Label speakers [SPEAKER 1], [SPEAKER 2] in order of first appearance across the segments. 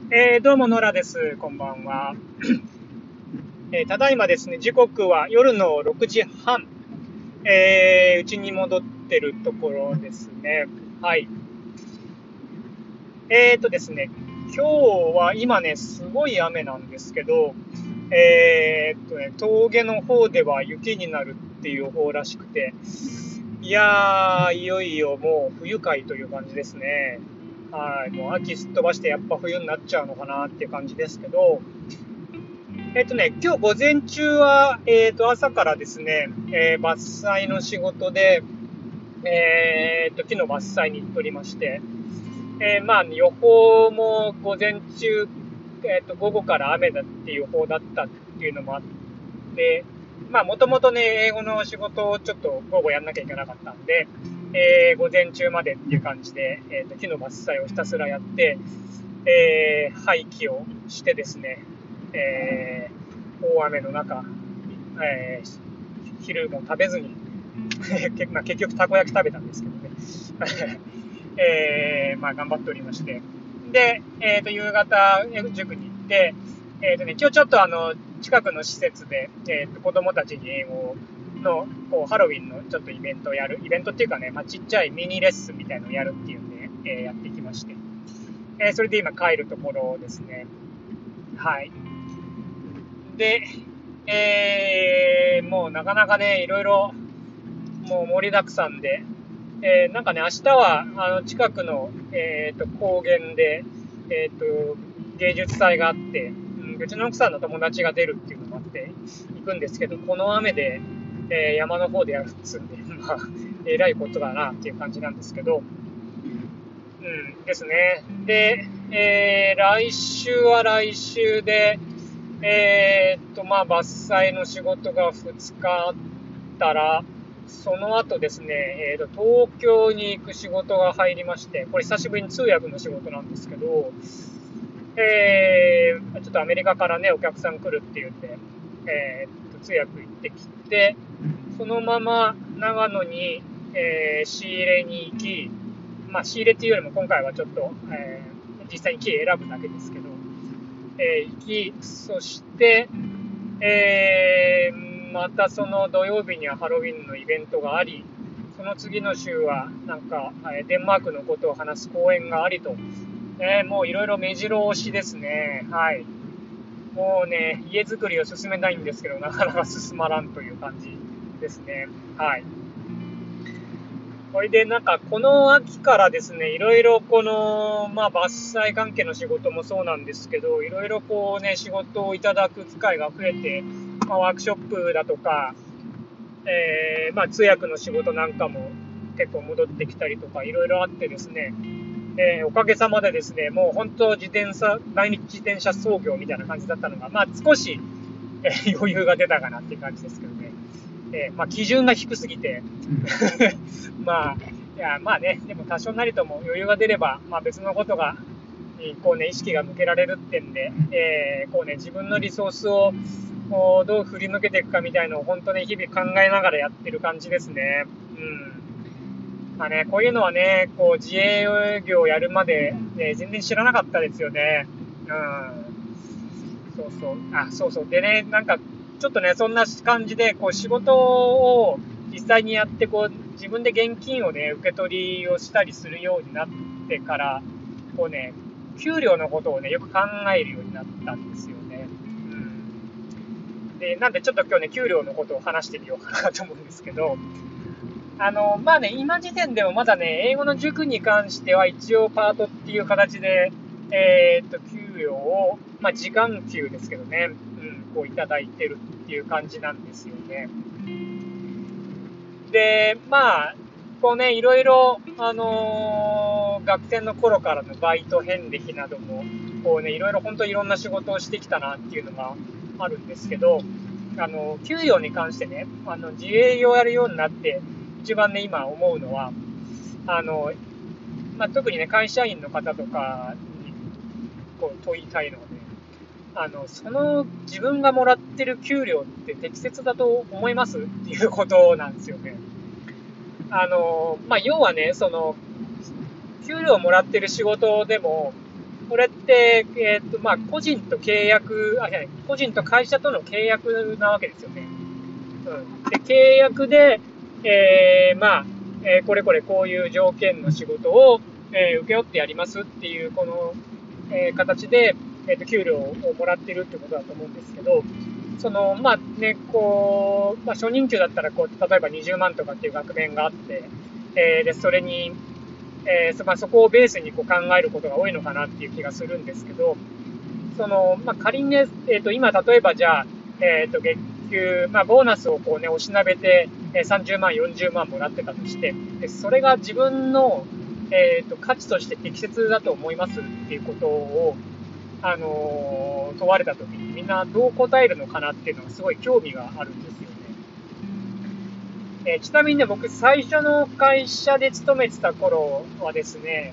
[SPEAKER 1] どうも、ノラです。こんばんは。ただいまですね、時刻は夜の6時半。家に戻ってるところですね。はい。ですね、今日は今ね、すごい雨なんですけど、峠の方では雪になるっていう方らしくて、いやー、いよいよもう冬会という感じですね。はい。もう秋すっ飛ばしてやっぱ冬になっちゃうのかなっていう感じですけど、今日午前中は、朝からですね、伐採の仕事で、木の伐採に行っておりまして、まあ、予報も午前中、午後から雨だっていう予報だったっていうのもあって、まあ、もともとね、英語の仕事をちょっと午後やんなきゃいけなかったんで、午前中までっていう感じで、木の伐採をひたすらやって、廃棄をしてですね、大雨の中、昼も食べずにまあ、結局たこ焼き食べたんですけどね、まあ、頑張っておりまして、で、夕方、塾に行って、今日ちょっと近くの施設で、子供たちに英語の、こう、ハロウィンのちょっとイベントをやる、イベントっていうかね、まあ、ちっちゃいミニレッスンみたいなのをやるっていうんで、やってきまして、それで今帰るところですね。はい。で、もうなかなかね、いろいろ、もう盛りだくさんで、なんかね、明日は、近くの、高原で、芸術祭があって、うちの奥さんの友達が出るっていうのもあって、行くんですけど、この雨で、山の方でやるっつうんで、まあ、えらいことだなっていう感じなんですけど、ですね。で、来週は来週で、まあ、伐採の仕事が2日あったら、その後ですね、東京に行く仕事が入りまして、これ久しぶりに通訳の仕事なんですけど、ちょっとアメリカからね、お客さん来るって言って、通訳行ってきて、そのまま長野に、仕入れに行き、まあ、仕入れっていうよりも今回はちょっと、実際に木選ぶだけですけど、行き、そして、またその土曜日にはハロウィンのイベントがあり、その次の週はなんか、デンマークのことを話す講演がありと、もういろいろ目白押しですね。はい。もうね、家づくりを進めたいんですけど、なかなか進まらんという感じですね。はい。これでなんかこの秋からですね、いろいろこの、まあ伐採関係の仕事もそうなんですけど、いろいろこうね、仕事をいただく機会が増えて、まあワークショップだとか、まあ通訳の仕事なんかも結構戻ってきたりとか、いろいろあってですね、おかげさまでですね、もう本当毎日自転車操業みたいな感じだったのが、まあ少し、余裕が出たかなっていう感じですけどね。まあ基準が低すぎてまあ、いや、まあね、でも多少なりとも余裕が出れば、まあ別のことが、こうね、意識が向けられるってんで、こうね、自分のリソースをどう振り向けていくかみたいのを本当に日々考えながらやってる感じですね。まあね、こういうのはね、こう自営業をやるまで、全然知らなかったですよね。そうそう。そうそう。でね、なんか、ちょっとね、そんな感じで、こう、仕事を実際にやって、こう、自分で現金をね、受け取りをしたりするようになってから、こうね、給料のことをね、よく考えるようになったんですよね。で、なんでちょっと今日ね、給料のことを話してみようかなと思うんですけど、まあね、今時点でもまだね、英語の塾に関しては一応パートっていう形で、給与を、まあ時間給ですけどね、こういただいてるっていう感じなんですよね。で、まあ、こうね、いろいろ、学生の頃からのバイト遍歴なども、こうね、いろいろ本当いろんな仕事をしてきたなっていうのがあるんですけど、給与に関してね、自営業をやるようになって、一番ね、今思うのは、あの、まあ、特にね、会社員の方とかに、こう、問いたいのはね、その自分がもらってる給料って適切だと思いますっていうことなんですよね。まあ、要はね、その、給料をもらってる仕事でも、 これって、まあ、個人と契約、個人と会社との契約なわけですよね。で、契約で、まあ、これこれこういう条件の仕事を、請け負ってやりますっていう、この、形で、給料をもらってるってことだと思うんですけど、その、まあね、こう、まあ初任給だったら、こう、例えば20万とかっていう額面があって、で、それに、まあそこをベースにこう考えることが多いのかなっていう気がするんですけど、その、まあ仮にね、今例えばじゃあ、月給、まあボーナスをこうね、押しなべて、30万、40万もらってたとして、で、それが自分の、価値として適切だと思いますっていうことを、問われたときにみんなどう答えるのかなっていうのがすごい興味があるんですよね。ちなみにね、僕最初の会社で勤めてた頃はですね、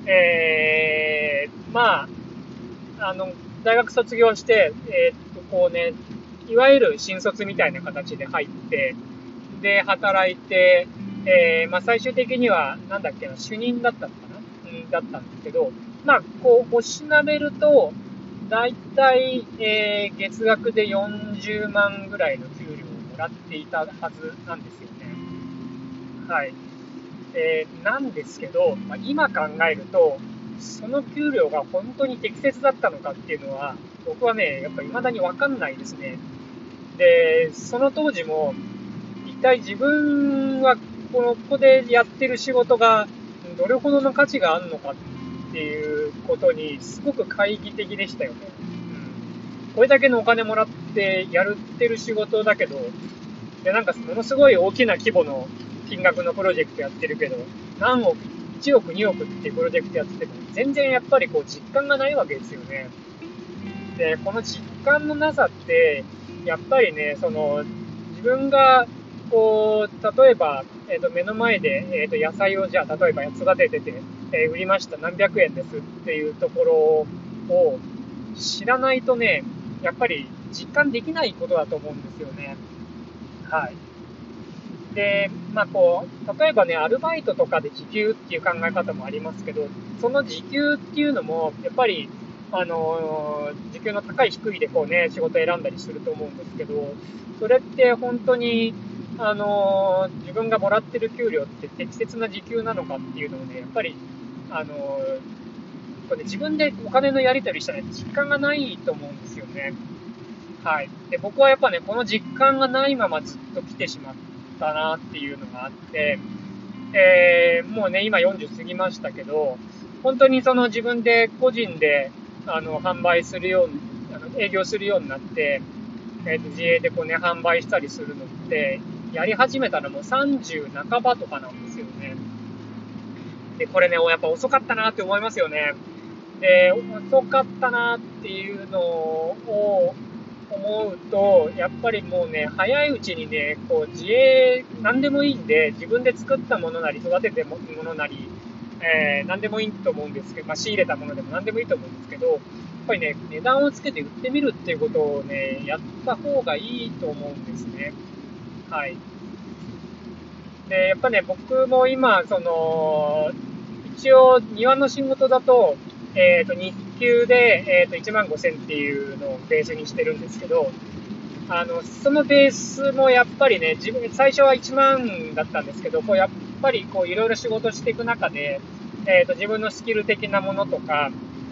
[SPEAKER 1] まあ、大学卒業して、こうね、いわゆる新卒みたいな形で入って、で、働いて、まあ最終的には、なんだっけな、主任だったのかな、だったんですけど、まあ、こう、おしなべると、だいたい、月額で40万ぐらいの給料をもらっていたはずなんですよね。はい。なんですけど、まあ、今考えると、その給料が本当に適切だったのかっていうのは、僕はね、やっぱ未だにわかんないですね。で、その当時も、一体自分はここでやってる仕事がどれほどの価値があるのかっていうことにすごく懐疑的でしたよね。これだけのお金もらってやってる仕事だけど、で、なんかものすごい大きな規模の金額のプロジェクトやってるけど、何億、1億、2億っていうプロジェクトやってても、全然やっぱりこう実感がないわけですよね。で、この実感のなさって、やっぱりね、その、自分が、こう、例えば、目の前で、野菜をじゃあ、例えば育ててて、売りました何百円ですっていうところを知らないとね、やっぱり実感できないことだと思うんですよね。はい。で、まあこう、例えばね、アルバイトとかで時給っていう考え方もありますけど、その時給っていうのも、やっぱり、時給の高い低いでこうね、仕事選んだりすると思うんですけど、それって本当に、自分がもらってる給料って適切な時給なのかっていうのをね、やっぱり、あのこれ自分でお金のやり取りしたら実感がないと思うんですよね。はい。で、僕はやっぱね、この実感がないままずっと来てしまったなっていうのがあって、もうね、今40過ぎましたけど、本当にその自分で個人で、販売するように、営業するようになって、自営でこうね、販売したりするのって、やり始めたらもう30半ばとかなんですよね。で、これね、やっぱ遅かったなって思いますよね。で、遅かったなっていうのを思うと、やっぱりもうね、早いうちにね、こう自営、なんでもいいんで、自分で作ったものなり、育ててものなり、なんでもいいと思うんですけど、まあ、仕入れたものでもなんでもいいと思うんですけど、やっぱりね、値段をつけて売ってみるっていうことをね、やった方がいいと思うんですね。はい。で、やっぱね、僕も今、その、一応庭の仕事だと、日給で、1万5千っていうのをベースにしてるんですけど、そのベースもやっぱりね、最初は1万だったんですけど、こうやっぱりこういろいろ仕事していく中で、自分のスキル的なものとか、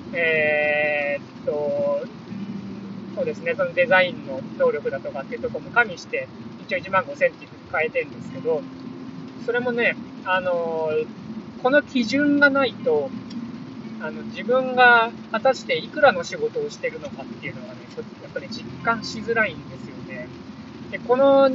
[SPEAKER 1] そうですね、そのデザインの能力だとかっていうところも加味して、一応1万5千っていうふうに変えてるんですけど、それもね、この基準がないと、自分が果たしていくらの仕事をしてるのかっていうのはね、やっぱり実感しづらいんですよね。で、この、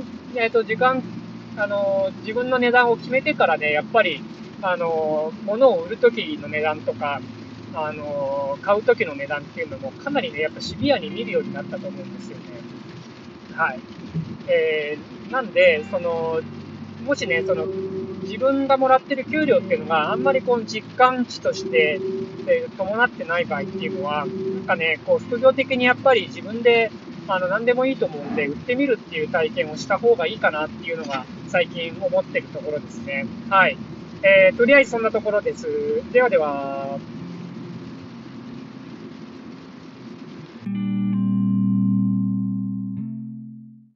[SPEAKER 1] 自分の値段を決めてからね、やっぱり、物を売るときの値段とか、買うときの値段っていうのもかなりね、やっぱシビアに見るようになったと思うんですよね。はい。なんで、もしね、自分がもらってる給料っていうのがあんまりこう実感値として、伴ってない場合っていうのは、なんかね、こう副業的にやっぱり自分で、何でもいいと思うんで、売ってみるっていう体験をした方がいいかなっていうのが最近思ってるところですね。はい。とりあえずそんなところです。ではでは。